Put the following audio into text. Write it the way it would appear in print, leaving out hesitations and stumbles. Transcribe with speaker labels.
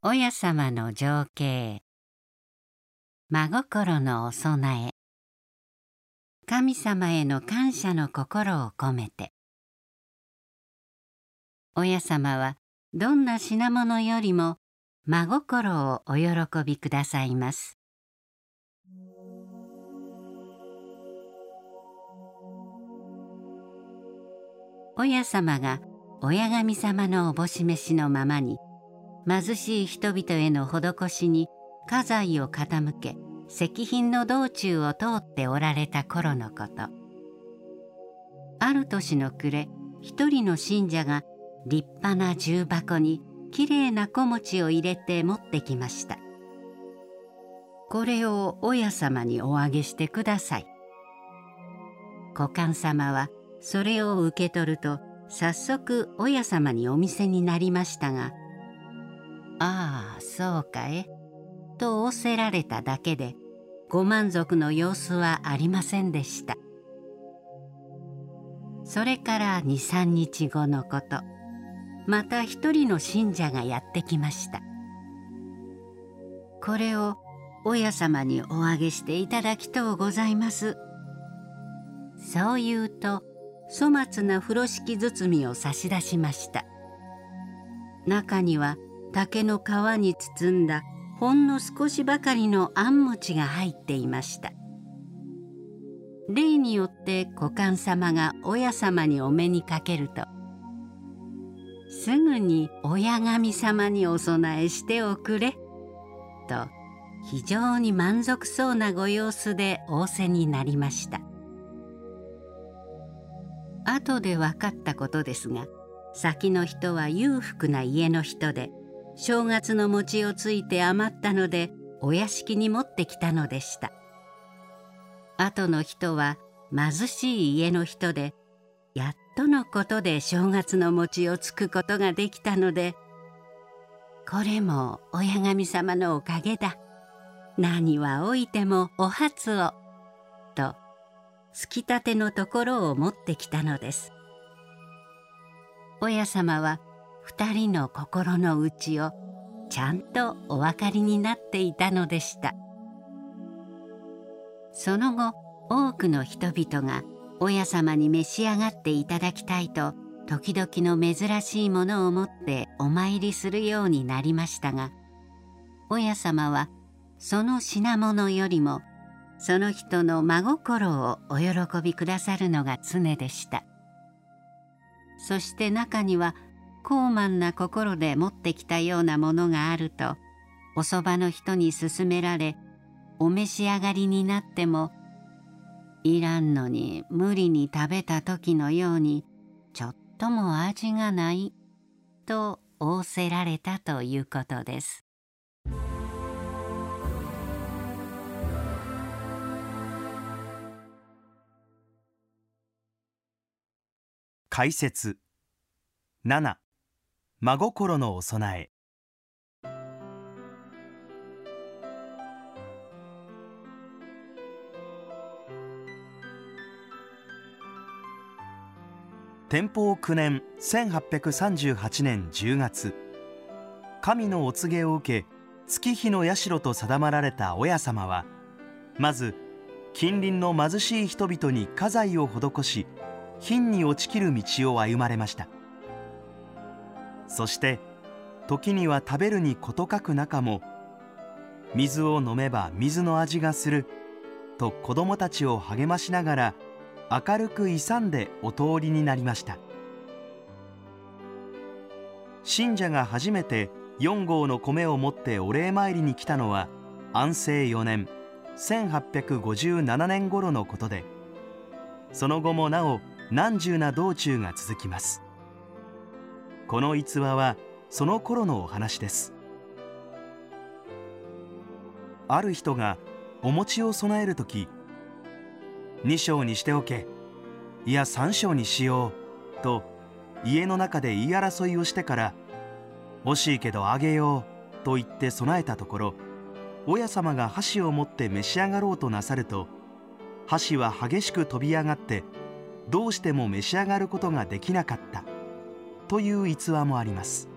Speaker 1: 親様の情景、真心のお供え、神様への感謝の心を込めて。親様はどんな品物よりも真心をお喜びくださいます。親様が親神様のおぼし飯のままに貧しい人々への施しに家財を傾け、石品の道中を通っておられた頃のこと。ある年の暮れ、一人の信者が立派な重箱にきれいな小餅を入れて持ってきました。これを親様におあげしてください。小官様はそれを受け取ると、早速親様にお見せになりましたが、ああ、そうかえ、と仰せられただけで、ご満足の様子はありませんでした。それから2、3日後のこと、また一人の信者がやってきました。これを親様におあげしていただきとうございます。そう言うと、粗末な風呂敷包みを差し出しました。中には竹の皮に包んだほんの少しばかりのあん餅が入っていました。例によって小官様が親様にお目にかけると、すぐに親神様にお供えしておくれと非常に満足そうなご様子で仰せになりました。後で分かったことですが、先の人は裕福な家の人で、正月の餅をついて余ったのでお屋敷に持ってきたのでした。後の人は貧しい家の人で、やっとのことで正月の餅をつくことができたので、これも親神様のおかげだ、何はおいてもお初を、とつきたてのところを持ってきたのです。親様は2人の心の内をちゃんとお分かりになっていたのでした。その後、多くの人々が親様に召し上がっていただきたいと、時々の珍しいものを持ってお参りするようになりましたが、親様はその品物よりもその人の真心をお喜びくださるのが常でした。そして中には高慢な心で持ってきたようなものがあると、おそばの人に勧められ、お召し上がりになっても、いらんのに無理に食べた時のようにちょっとも味がないと仰せられたということです。
Speaker 2: 解説7、真心のお供え。天保9年1838年10月、神のお告げを受け月日の社と定まられた親様は、まず近隣の貧しい人々に家財を施し、貧に落ちきる道を歩まれました。そして時には食べるに事欠く中も、水を飲めば水の味がすると子どもたちを励ましながら明るく勇んでお通りになりました。信者が初めて4合の米を持ってお礼参りに来たのは安政4年1857年頃のことで、その後もなお何重な道中が続きます。この逸話はその頃のお話です。ある人がお餅を供えるとき、2升にしておけ、いや3升にしようと家の中で言い争いをしてから、惜しいけどあげようと言って供えたところ、親様が箸を持って召し上がろうとなさると、箸は激しく飛び上がってどうしても召し上がることができなかったという逸話もあります。